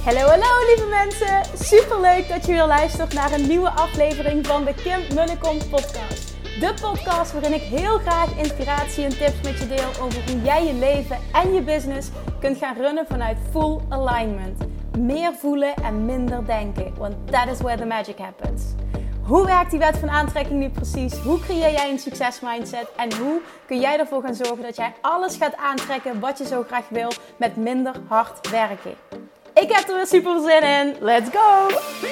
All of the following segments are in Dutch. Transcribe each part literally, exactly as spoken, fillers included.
Hallo, hallo lieve mensen! Superleuk dat je weer luistert naar een nieuwe aflevering van de Kim Munnekom podcast. De podcast waarin ik heel graag inspiratie en tips met je deel over hoe jij je leven en je business kunt gaan runnen vanuit full alignment. Meer voelen en minder denken, want that is where the magic happens. Hoe werkt die wet van aantrekking nu precies? Hoe creëer jij een succesmindset? En hoe kun jij ervoor gaan zorgen dat jij alles gaat aantrekken wat je zo graag wil met minder hard werken? Ik heb er weer super zin in. Let's go!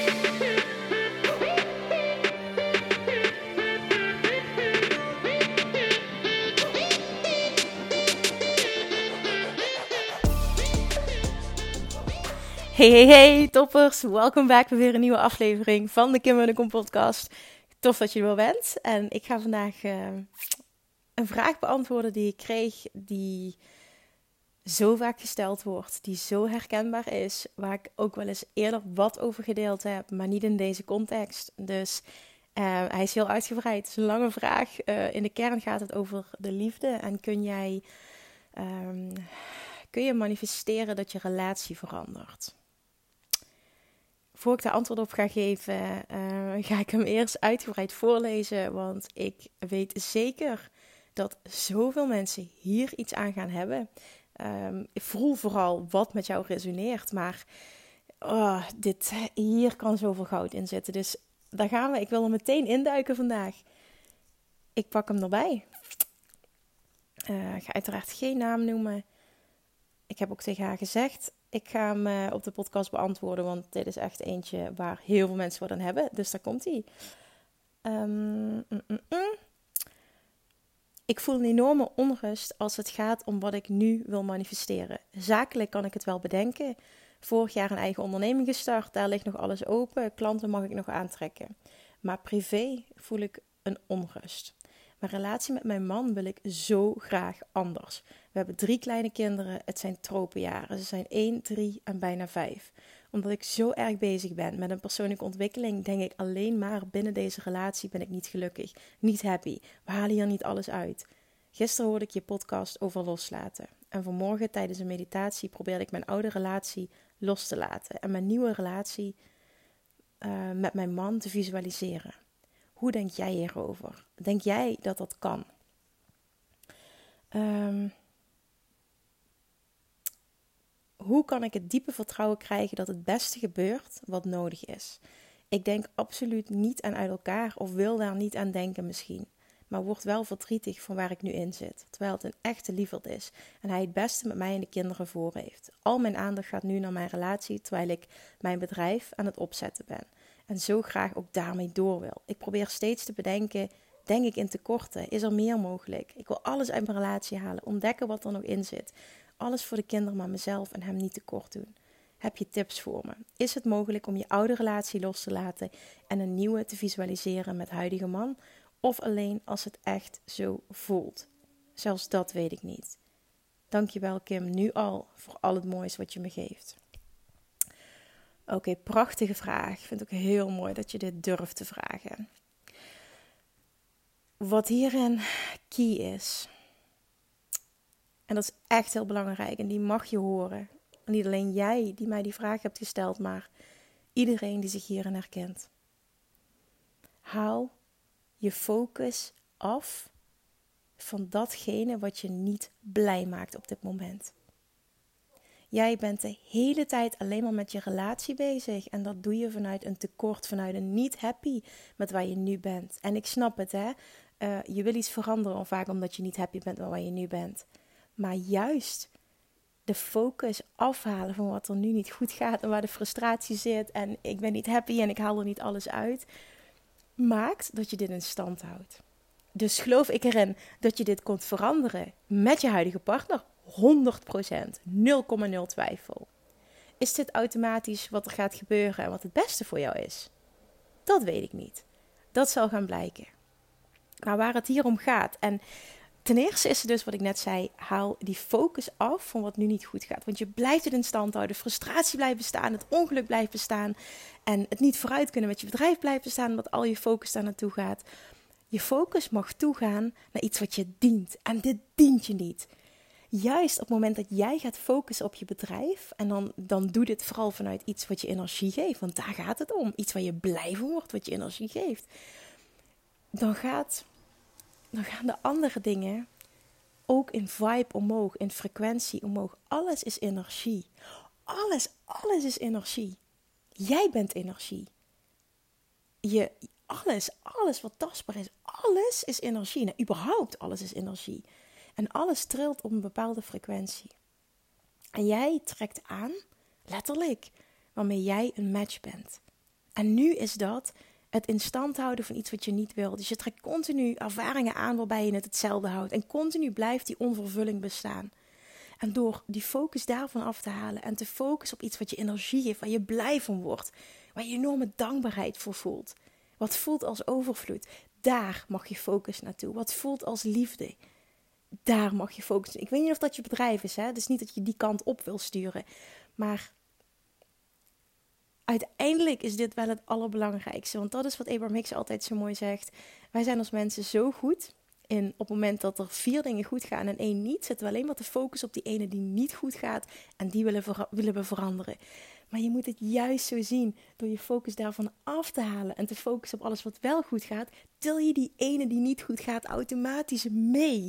Hey, hey, hey, toppers. Welkom back bij weer een nieuwe aflevering van de Kim Munnekom podcast. Tof dat je er wel bent. En ik ga vandaag uh, een vraag beantwoorden die ik kreeg, die zo vaak gesteld wordt, die zo herkenbaar is, waar ik ook wel eens eerder wat over gedeeld heb, maar niet in deze context. Dus uh, hij is heel uitgebreid. Het is een lange vraag. Uh, in de kern gaat het over de liefde. En kun jij, um, kun je manifesteren dat je relatie verandert? Voor ik daar antwoord op ga geven, uh, ga ik hem eerst uitgebreid voorlezen. Want ik weet zeker dat zoveel mensen hier iets aan gaan hebben. Um, ik voel vooral wat met jou resoneert. Maar oh, dit, hier kan zoveel goud in zitten. Dus daar gaan we. Ik wil er meteen induiken vandaag. Ik pak hem erbij. Uh, ik ga uiteraard geen naam noemen. Ik heb ook tegen haar gezegd, ik ga hem uh, op de podcast beantwoorden, want dit is echt eentje waar heel veel mensen wat aan hebben. Dus daar komt hij. Um, mm, mm, mm. Ik voel een enorme onrust als het gaat om wat ik nu wil manifesteren. Zakelijk kan ik het wel bedenken. Vorig jaar een eigen onderneming gestart, daar ligt nog alles open. Klanten mag ik nog aantrekken. Maar privé voel ik een onrust. Mijn relatie met mijn man wil ik zo graag anders. We hebben drie kleine kinderen. Het zijn tropenjaren. Ze zijn één, drie en bijna vijf. Omdat ik zo erg bezig ben met een persoonlijke ontwikkeling, denk ik alleen maar binnen deze relatie ben ik niet gelukkig. Niet happy. We halen hier niet alles uit. Gisteren hoorde ik je podcast over loslaten. En vanmorgen tijdens een meditatie probeerde ik mijn oude relatie los te laten. En mijn nieuwe relatie uh, met mijn man te visualiseren. Hoe denk jij hierover? Denk jij dat dat kan? Um, hoe kan ik het diepe vertrouwen krijgen dat het beste gebeurt wat nodig is? Ik denk absoluut niet aan uit elkaar of wil daar niet aan denken misschien. Maar word wel verdrietig van waar ik nu in zit. Terwijl het een echte liefde is. En hij het beste met mij en de kinderen voor heeft. Al mijn aandacht gaat nu naar mijn relatie terwijl ik mijn bedrijf aan het opzetten ben. En zo graag ook daarmee door wil. Ik probeer steeds te bedenken, denk ik in tekorten? Is er meer mogelijk? Ik wil alles uit mijn relatie halen, ontdekken wat er nog in zit. Alles voor de kinderen, maar mezelf en hem niet tekort doen. Heb je tips voor me? Is het mogelijk om je oude relatie los te laten en een nieuwe te visualiseren met huidige man? Of alleen als het echt zo voelt? Zelfs dat weet ik niet. Dankjewel Kim, nu al, voor al het moois wat je me geeft. Oké, okay, prachtige vraag. Ik vind het ook heel mooi dat je dit durft te vragen. Wat hierin key is, en dat is echt heel belangrijk en die mag je horen. En niet alleen jij die mij die vraag hebt gesteld, maar iedereen die zich hierin herkent. Haal je focus af van datgene wat je niet blij maakt op dit moment. Jij bent de hele tijd alleen maar met je relatie bezig. En dat doe je vanuit een tekort, vanuit een niet happy met waar je nu bent. En ik snap het, hè. Uh, je wil iets veranderen, vaak omdat je niet happy bent met waar je nu bent. Maar juist de focus afhalen van wat er nu niet goed gaat en waar de frustratie zit. En ik ben niet happy en ik haal er niet alles uit. Maakt dat je dit in stand houdt. Dus geloof ik erin dat je dit kunt veranderen met je huidige partner. honderd procent, nul komma nul twijfel. Is dit automatisch wat er gaat gebeuren en wat het beste voor jou is? Dat weet ik niet. Dat zal gaan blijken. Maar waar het hier om gaat, en ten eerste is het dus wat ik net zei, haal die focus af van wat nu niet goed gaat. Want je blijft het in stand houden, frustratie blijft bestaan, het ongeluk blijft bestaan en het niet vooruit kunnen met je bedrijf blijft bestaan, omdat al je focus daar naartoe gaat. Je focus mag toegaan naar iets wat je dient en dit dient je niet. juist op het moment dat jij gaat focussen op je bedrijf, en dan, dan doe dit vooral vanuit iets wat je energie geeft, want daar gaat het om. Iets waar je blij van wordt, wat je energie geeft. Dan, gaat, dan gaan de andere dingen ook in vibe omhoog, in frequentie omhoog. Alles is energie. Alles, alles is energie. Jij bent energie. Je, alles, alles wat tastbaar is, alles is energie. Nou, überhaupt alles is energie. En alles trilt op een bepaalde frequentie. En jij trekt aan, letterlijk, waarmee jij een match bent. En nu is dat het in stand houden van iets wat je niet wil. Dus je trekt continu ervaringen aan waarbij je het hetzelfde houdt. En continu blijft die onvervulling bestaan. En door die focus daarvan af te halen en te focussen op iets wat je energie geeft, waar je blij van wordt, waar je enorme dankbaarheid voor voelt. Wat voelt als overvloed, daar mag je focus naartoe. Wat voelt als liefde, daar mag je focussen. Ik weet niet of dat je bedrijf is, hè? Het is niet dat je die kant op wil sturen. Maar uiteindelijk is dit wel het allerbelangrijkste. Want dat is wat Abraham Hicks altijd zo mooi zegt. Wij zijn als mensen zo goed in op het moment dat er vier dingen goed gaan en één niet, zetten we alleen maar te focussen op die ene die niet goed gaat. En die willen, vera- willen we veranderen. Maar je moet het juist zo zien. Door je focus daarvan af te halen en te focussen op alles wat wel goed gaat, til je die ene die niet goed gaat automatisch mee.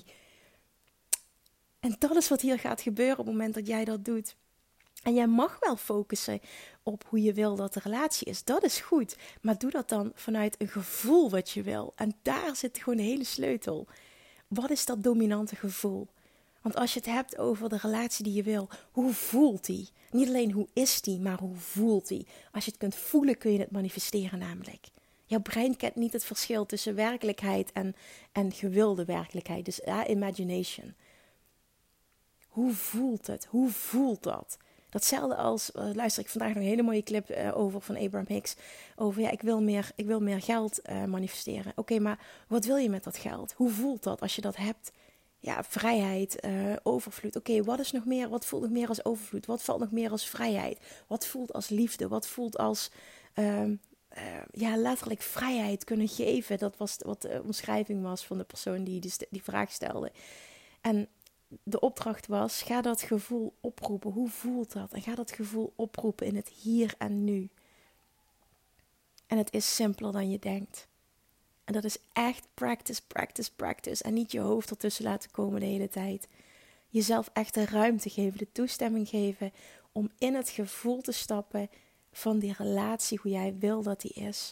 En dat is wat hier gaat gebeuren op het moment dat jij dat doet. En jij mag wel focussen op hoe je wil dat de relatie is. Dat is goed. Maar doe dat dan vanuit een gevoel wat je wil. En daar zit gewoon de hele sleutel. Wat is dat dominante gevoel? Want als je het hebt over de relatie die je wil, hoe voelt die? Niet alleen hoe is die, maar hoe voelt die? Als je het kunt voelen, kun je het manifesteren namelijk. Jouw brein kent niet het verschil tussen werkelijkheid en, en gewilde werkelijkheid. Dus ja, imagination. Hoe voelt het? Hoe voelt dat? Datzelfde als, uh, luister ik vandaag nog een hele mooie clip uh, over van Abraham Hicks. Over, ja, ik wil meer, ik wil meer geld uh, manifesteren. Oké, okay, maar wat wil je met dat geld? Hoe voelt dat als je dat hebt? Ja, vrijheid, uh, overvloed. Oké, okay, wat is nog meer? Wat voelt nog meer als overvloed? Wat valt nog meer als vrijheid? Wat voelt als liefde? Wat voelt als, uh, uh, ja, letterlijk vrijheid kunnen geven? Dat was wat de omschrijving was van de persoon die die, die vraag stelde. En de opdracht was, ga dat gevoel oproepen. Hoe voelt dat? En ga dat gevoel oproepen in het hier en nu. En het is simpeler dan je denkt. En dat is echt practice, practice, practice. En niet je hoofd ertussen laten komen de hele tijd. Jezelf echt de ruimte geven, de toestemming geven om in het gevoel te stappen van die relatie, hoe jij wil dat die is.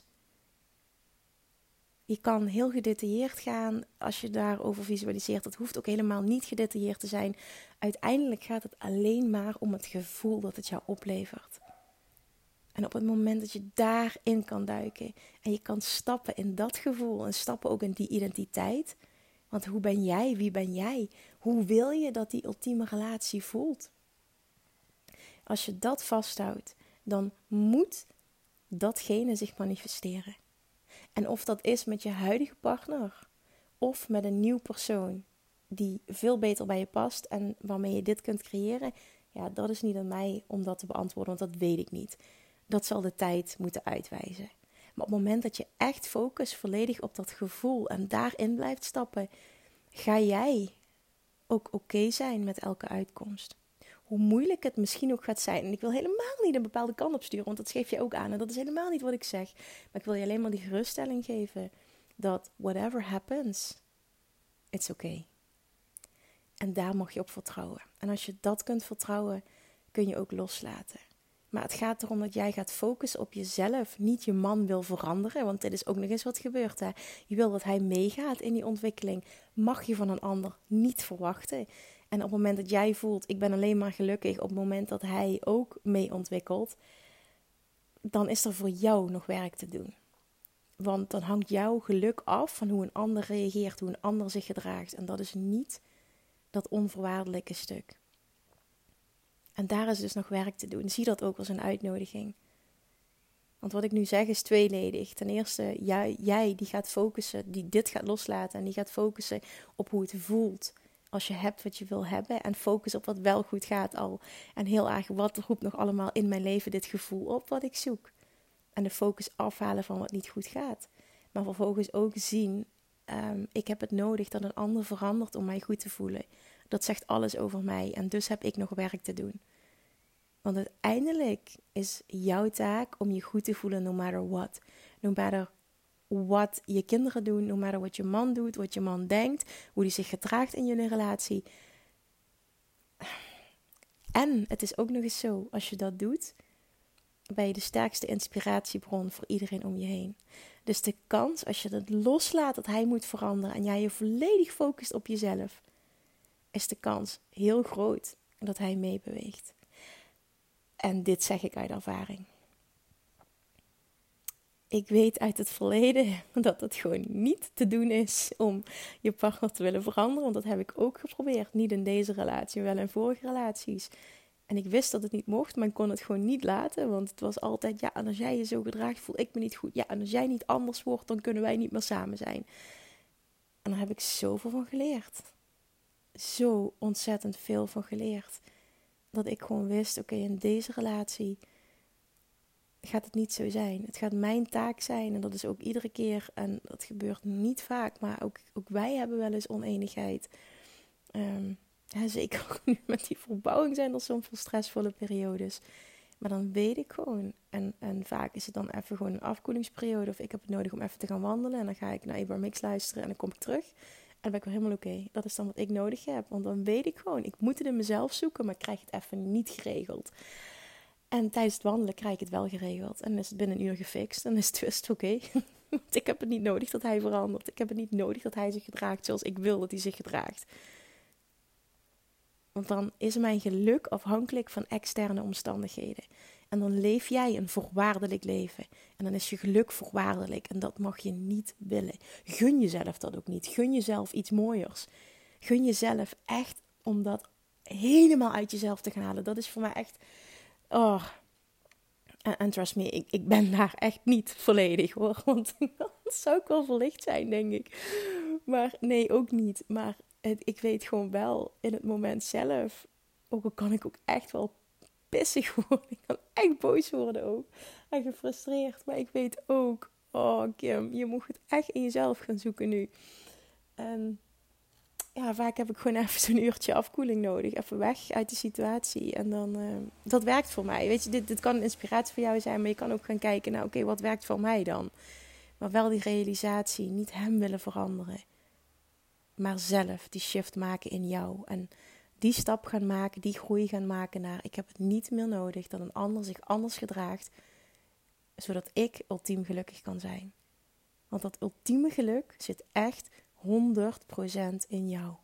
Je kan heel gedetailleerd gaan als je daarover visualiseert. Dat hoeft ook helemaal niet gedetailleerd te zijn. Uiteindelijk gaat het alleen maar om het gevoel dat het jou oplevert. En op het moment dat je daarin kan duiken en je kan stappen in dat gevoel en stappen ook in die identiteit. Want hoe ben jij? Wie ben jij? Hoe wil je dat die ultieme relatie voelt? Als je dat vasthoudt, dan moet datgene zich manifesteren. En of dat is met je huidige partner of met een nieuw persoon die veel beter bij je past en waarmee je dit kunt creëren, ja, dat is niet aan mij om dat te beantwoorden, want dat weet ik niet. Dat zal de tijd moeten uitwijzen. Maar op het moment dat je echt focust volledig op dat gevoel en daarin blijft stappen, ga jij ook oké zijn met elke uitkomst. Hoe moeilijk het misschien ook gaat zijn. En ik wil helemaal niet een bepaalde kant op sturen, want dat geef je ook aan. En dat is helemaal niet wat ik zeg. Maar ik wil je alleen maar die geruststelling geven dat whatever happens, it's okay. En daar mag je op vertrouwen. En als je dat kunt vertrouwen, kun je ook loslaten. Maar het gaat erom dat jij gaat focussen op jezelf. Niet je man wil veranderen, want dit is ook nog eens wat gebeurt. Hè? Je wil dat hij meegaat in die ontwikkeling. Mag je van een ander niet verwachten. En op het moment dat jij voelt, ik ben alleen maar gelukkig, op het moment dat hij ook mee ontwikkelt, dan is er voor jou nog werk te doen. Want dan hangt jouw geluk af van hoe een ander reageert, hoe een ander zich gedraagt. En dat is niet dat onvoorwaardelijke stuk. En daar is dus nog werk te doen. Zie dat ook als een uitnodiging. Want wat ik nu zeg is tweeledig. Ten eerste, jij, jij die gaat focussen, die dit gaat loslaten en die gaat focussen op hoe het voelt. Als je hebt wat je wil hebben en focus op wat wel goed gaat al. En heel erg, wat roept nog allemaal in mijn leven dit gevoel op wat ik zoek. En de focus afhalen van wat niet goed gaat. Maar vervolgens ook zien um, ik heb het nodig dat een ander verandert om mij goed te voelen. Dat zegt alles over mij en dus heb ik nog werk te doen. Want uiteindelijk is jouw taak om je goed te voelen no matter what. No matter wat je kinderen doen, no matter wat je man doet, wat je man denkt, hoe hij zich gedraagt in jullie relatie. En het is ook nog eens zo, als je dat doet, ben je de sterkste inspiratiebron voor iedereen om je heen. Dus de kans, als je het loslaat dat hij moet veranderen en jij je volledig focust op jezelf, is de kans heel groot dat hij meebeweegt. En dit zeg ik uit ervaring. Ik weet uit het verleden dat het gewoon niet te doen is om je partner te willen veranderen. Want dat heb ik ook geprobeerd. Niet in deze relatie, maar wel in vorige relaties. En ik wist dat het niet mocht, maar ik kon het gewoon niet laten. Want het was altijd, ja, en als jij je zo gedraagt, voel ik me niet goed. Ja, en als jij niet anders wordt, dan kunnen wij niet meer samen zijn. En daar heb ik zoveel van geleerd. Zo ontzettend veel van geleerd. Dat ik gewoon wist, oké, okay, in deze relatie gaat het niet zo zijn. Het gaat mijn taak zijn en dat is ook iedere keer, en dat gebeurt niet vaak, maar ook, ook wij hebben wel eens oneenigheid. Um, ja, zeker nu met die verbouwing zijn er soms veel stressvolle periodes. Maar dan weet ik gewoon, en, en vaak is het dan even gewoon een afkoelingsperiode, of ik heb het nodig om even te gaan wandelen en dan ga ik naar Ibar Mix luisteren en dan kom ik terug. En dan ben ik weer helemaal oké. Okay. Dat is dan wat ik nodig heb. Want dan weet ik gewoon, ik moet het in mezelf zoeken, maar ik krijg het even niet geregeld. En tijdens het wandelen krijg ik het wel geregeld. En dan is het binnen een uur gefixt. En dan is het best oké. Okay. Want ik heb het niet nodig dat hij verandert. Ik heb het niet nodig dat hij zich gedraagt zoals ik wil dat hij zich gedraagt. Want dan is mijn geluk afhankelijk van externe omstandigheden. En dan leef jij een voorwaardelijk leven. En dan is je geluk voorwaardelijk. En dat mag je niet willen. Gun jezelf dat ook niet. Gun jezelf iets mooiers. Gun jezelf echt om dat helemaal uit jezelf te gaan halen. Dat is voor mij echt... Oh, en, en trust me, ik, ik ben daar echt niet volledig hoor. Want dat zou ik wel verlicht zijn, denk ik. Maar nee, ook niet. Maar het, ik weet gewoon wel in het moment zelf, ook al kan ik ook echt wel pissig worden. Ik kan echt boos worden ook. En gefrustreerd. Maar ik weet ook, oh Kim, je moet het echt in jezelf gaan zoeken nu. En ja, vaak heb ik gewoon even zo'n uurtje afkoeling nodig. Even weg uit de situatie. En dan, uh, dat werkt voor mij. Weet je, dit, dit kan een inspiratie voor jou zijn. Maar je kan ook gaan kijken naar, oké, okay, wat werkt voor mij dan? Maar wel die realisatie. Niet hem willen veranderen. Maar zelf die shift maken in jou. En die stap gaan maken, die groei gaan maken naar... Ik heb het niet meer nodig dat een ander zich anders gedraagt. Zodat ik ultiem gelukkig kan zijn. Want dat ultieme geluk zit echt... honderd procent in jou.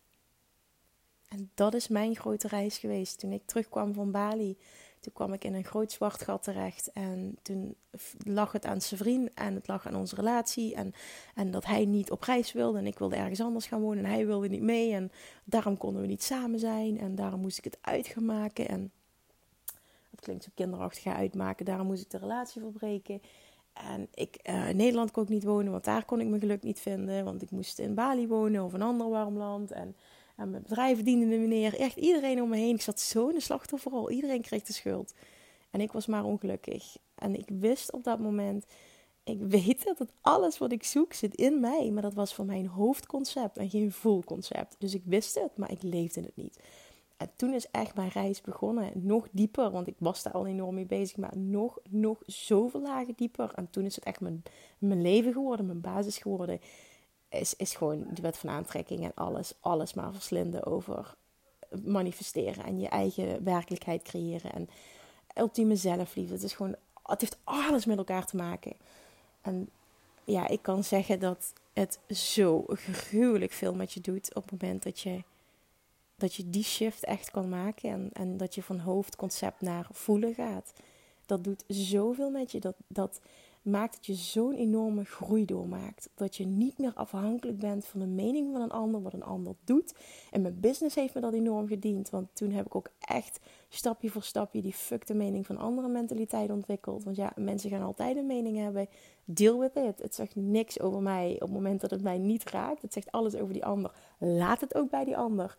En dat is mijn grote reis geweest. Toen ik terugkwam van Bali, toen kwam ik in een groot zwart gat terecht. En toen lag het aan zijn vriend en het lag aan onze relatie. En, en dat hij niet op reis wilde en ik wilde ergens anders gaan wonen. En hij wilde niet mee en daarom konden we niet samen zijn. En daarom moest ik het uit gaan maken. En dat klinkt zo kinderachtig, gaan uitmaken. Daarom moest ik de relatie verbreken. En ik, uh, in Nederland kon ik niet wonen, want daar kon ik mijn geluk niet vinden. Want ik moest in Bali wonen of een ander warm land. En, en mijn bedrijf verdiende me meneer. Echt iedereen om me heen. Ik zat zo in de slachtofferrol. Iedereen kreeg de schuld. En ik was maar ongelukkig. En ik wist op dat moment... Ik weet dat het alles wat ik zoek zit in mij. Maar dat was voor mij een hoofdconcept en geen voelconcept. Dus ik wist het, maar ik leefde het niet. En toen is echt mijn reis begonnen. Nog dieper, want ik was daar al enorm mee bezig. Maar nog, nog zoveel lagen dieper. En toen is het echt mijn, mijn leven geworden. Mijn basis geworden. Is, is gewoon de wet van aantrekking. En alles, alles maar verslinden over manifesteren. En je eigen werkelijkheid creëren. En ultieme zelfliefde. Het is gewoon, het heeft alles met elkaar te maken. En ja, ik kan zeggen dat het zo gruwelijk veel met je doet. Op het moment dat je... Dat je die shift echt kan maken. En, en dat je van hoofdconcept naar voelen gaat. Dat doet zoveel met je. Dat, dat maakt dat je zo'n enorme groei doormaakt. Dat je niet meer afhankelijk bent van de mening van een ander. Wat een ander doet. En mijn business heeft me dat enorm gediend. Want toen heb ik ook echt stapje voor stapje die fuck de mening van andere mentaliteit ontwikkeld. Want ja, mensen gaan altijd een mening hebben. Deal with it. Het zegt niks over mij op het moment dat het mij niet raakt. Het zegt alles over die ander. Laat het ook bij die ander.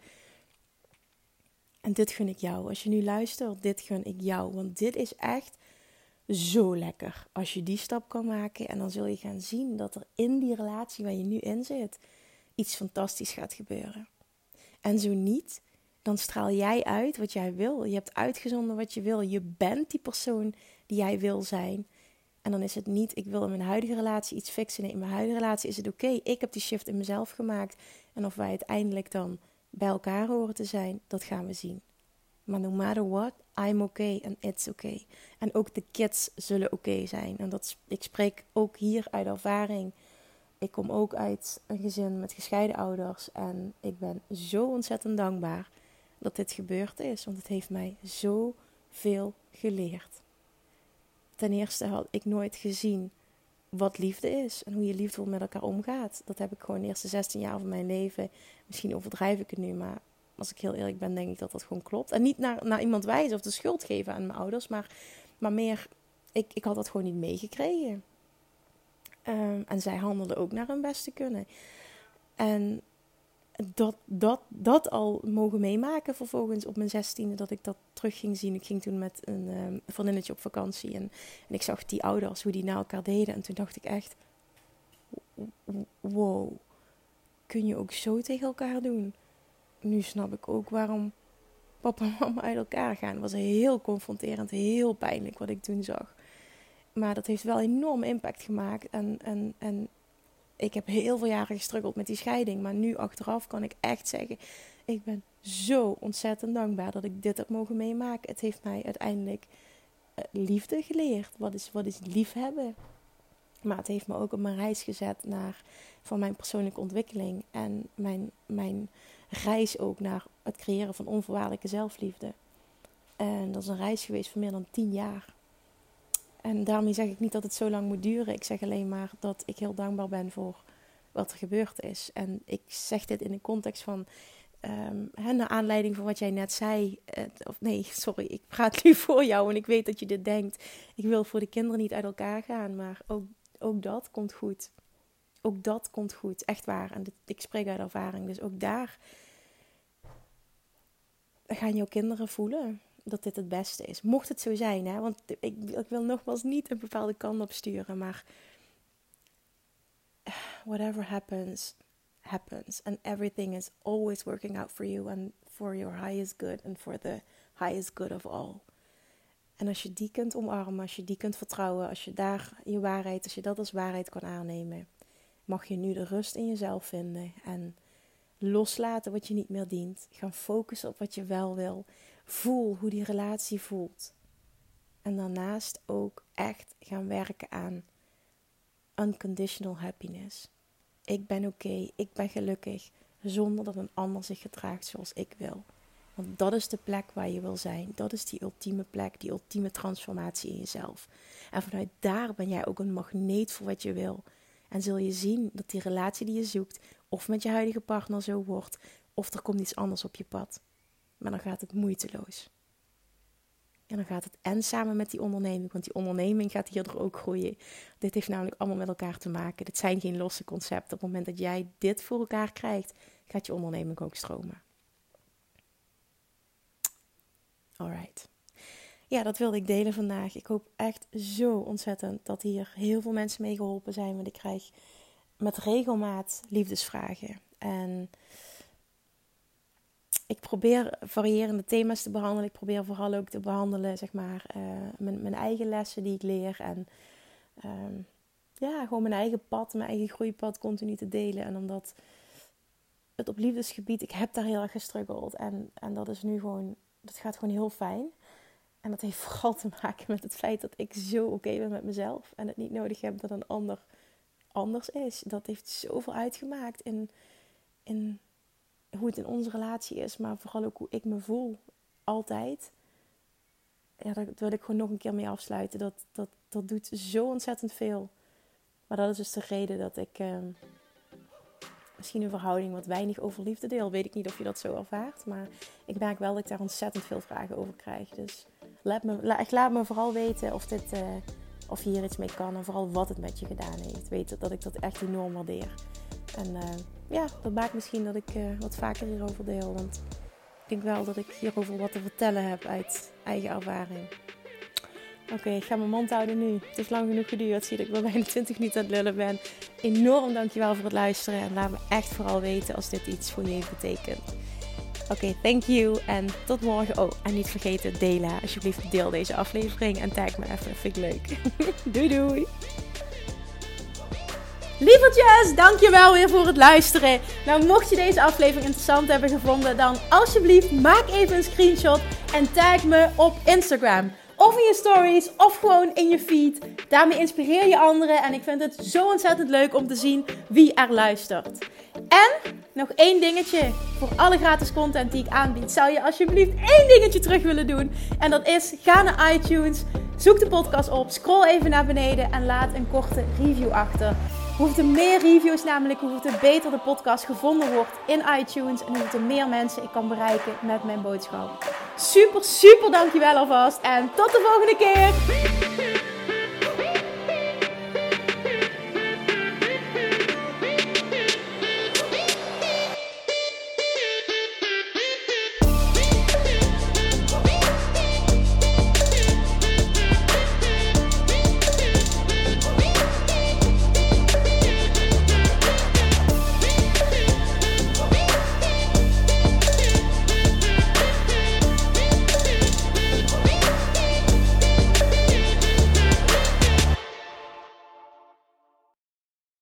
En dit gun ik jou. Als je nu luistert, dit gun ik jou. Want dit is echt zo lekker als je die stap kan maken. En dan zul je gaan zien dat er in die relatie waar je nu in zit iets fantastisch gaat gebeuren. En zo niet, dan straal jij uit wat jij wil. Je hebt uitgezonden wat je wil. Je bent die persoon die jij wil zijn. En dan is het niet, ik wil in mijn huidige relatie iets fixen. Nee, in mijn huidige relatie is het oké. Okay. Ik heb die shift in mezelf gemaakt. En of wij uiteindelijk dan bij elkaar horen te zijn, dat gaan we zien. Maar no matter what, I'm okay and it's okay. En ook de kids zullen oké okay zijn. En dat, ik spreek ook hier uit ervaring. Ik kom ook uit een gezin met gescheiden ouders. En ik ben zo ontzettend dankbaar dat dit gebeurd is. Want het heeft mij zoveel geleerd. Ten eerste had ik nooit gezien wat liefde is. En hoe je liefdevol met elkaar omgaat. Dat heb ik gewoon de eerste zestien jaar van mijn leven. Misschien overdrijf ik het nu, maar als ik heel eerlijk ben, denk ik dat dat gewoon klopt. En niet naar, naar iemand wijzen of de schuld geven aan mijn ouders. Maar, maar meer, ik, ik had dat gewoon niet meegekregen. Um, en zij handelden ook naar hun beste kunnen. En dat, dat, dat al mogen meemaken vervolgens op mijn zestiende, dat ik dat terug ging zien. Ik ging toen met een um, vriendinnetje op vakantie. En, en ik zag die ouders, hoe die naar elkaar deden. En toen dacht ik echt, wow, kun je ook zo tegen elkaar doen? Nu snap ik ook waarom papa en mama uit elkaar gaan. Het was heel confronterend, heel pijnlijk wat ik toen zag. Maar dat heeft wel enorm impact gemaakt. En, en, en ik heb heel veel jaren gestruggeld met die scheiding. Maar nu achteraf kan ik echt zeggen, ik ben zo ontzettend dankbaar dat ik dit heb mogen meemaken. Het heeft mij uiteindelijk uh, liefde geleerd. Wat is, wat is liefhebben? Maar het heeft me ook op mijn reis gezet naar van mijn persoonlijke ontwikkeling. En mijn, mijn reis ook naar het creëren van onvoorwaardelijke zelfliefde. En dat is een reis geweest van meer dan tien jaar. En daarmee zeg ik niet dat het zo lang moet duren. Ik zeg alleen maar dat ik heel dankbaar ben voor wat er gebeurd is. En ik zeg dit in de context van, um, hè, naar aanleiding van wat jij net zei. Uh, of nee, sorry, ik praat nu voor jou en ik weet dat je dit denkt. Ik wil voor de kinderen niet uit elkaar gaan, maar ook, ook dat komt goed. Ook dat komt goed, echt waar. En dit, ik spreek uit ervaring, dus ook daar gaan jouw kinderen voelen dat dit het beste is. Mocht het zo zijn, hè? Want ik, ik wil nogmaals niet een bepaalde kant op sturen, maar whatever happens, happens. And everything is always working out for you and for your highest good and for the highest good of all. En als je die kunt omarmen, als je die kunt vertrouwen, als je daar je waarheid, als je dat als waarheid kan aannemen, mag je nu de rust in jezelf vinden en loslaten wat je niet meer dient. Gaan focussen op wat je wel wil. Voel hoe die relatie voelt. En daarnaast ook echt gaan werken aan unconditional happiness. Ik ben oké, okay, ik ben gelukkig, zonder dat een ander zich gedraagt zoals ik wil. Want dat is de plek waar je wil zijn. Dat is die ultieme plek, die ultieme transformatie in jezelf. En vanuit daar ben jij ook een magneet voor wat je wil. En zul je zien dat die relatie die je zoekt, of met je huidige partner zo wordt, of er komt iets anders op je pad. Maar dan gaat het moeiteloos. En dan gaat het en samen met die onderneming, want die onderneming gaat hierdoor ook groeien. Dit heeft namelijk allemaal met elkaar te maken. Dit zijn geen losse concepten. Op het moment dat jij dit voor elkaar krijgt, gaat je onderneming ook stromen. Alright. Ja, dat wilde ik delen vandaag. Ik hoop echt zo ontzettend dat hier heel veel mensen mee geholpen zijn. Want ik krijg met regelmaat liefdesvragen. En ik probeer variërende thema's te behandelen. Ik probeer vooral ook te behandelen, zeg maar, uh, mijn, mijn eigen lessen die ik leer. En um, ja, gewoon mijn eigen pad, mijn eigen groeipad continu te delen. En omdat het op liefdesgebied, ik heb daar heel erg gestruggeld. En, en dat is nu gewoon, dat gaat gewoon heel fijn. En dat heeft vooral te maken met het feit dat ik zo oké okay ben met mezelf. En het niet nodig heb dat een ander anders is. Dat heeft zoveel uitgemaakt in, in hoe het in onze relatie is. Maar vooral ook hoe ik me voel. Altijd. Ja, daar wil ik gewoon nog een keer mee afsluiten. Dat, dat, dat doet zo ontzettend veel. Maar dat is dus de reden dat ik eh, misschien een verhouding wat weinig over liefde deel. Weet ik niet of je dat zo ervaart. Maar ik merk wel dat ik daar ontzettend veel vragen over krijg. Dus laat me, la, laat me vooral weten of, dit, uh, of je hier iets mee kan. En vooral wat het met je gedaan heeft. Weet dat ik dat echt enorm waardeer. En uh, ja, dat maakt misschien dat ik uh, wat vaker hierover deel. Want ik denk wel dat ik hierover wat te vertellen heb uit eigen ervaring. Oké, okay, ik ga mijn mond houden nu. Het heeft lang genoeg geduurd. Zie dat ik wel bijna twintig minuten aan het lullen ben. Enorm dankjewel voor het luisteren. En laat me echt vooral weten als dit iets voor je betekent. Oké, okay, thank you. En tot morgen. Oh, en niet vergeten, delen. Alsjeblieft, deel deze aflevering. En tag me even. Vind ik leuk. Doei doei. Lievertjes, dankjewel weer voor het luisteren. Nou, mocht je deze aflevering interessant hebben gevonden, dan alsjeblieft maak even een screenshot en tag me op Instagram. Of in je stories, of gewoon in je feed. Daarmee inspireer je anderen en ik vind het zo ontzettend leuk om te zien wie er luistert. En nog één dingetje. Voor alle gratis content die ik aanbied, zou je alsjeblieft één dingetje terug willen doen. En dat is, ga naar iTunes, zoek de podcast op, scroll even naar beneden en laat een korte review achter. Hoe er meer reviews namelijk, hoe er beter de podcast gevonden wordt in iTunes. En hoe er meer mensen ik kan bereiken met mijn boodschap. Super, super dankjewel alvast. En tot de volgende keer.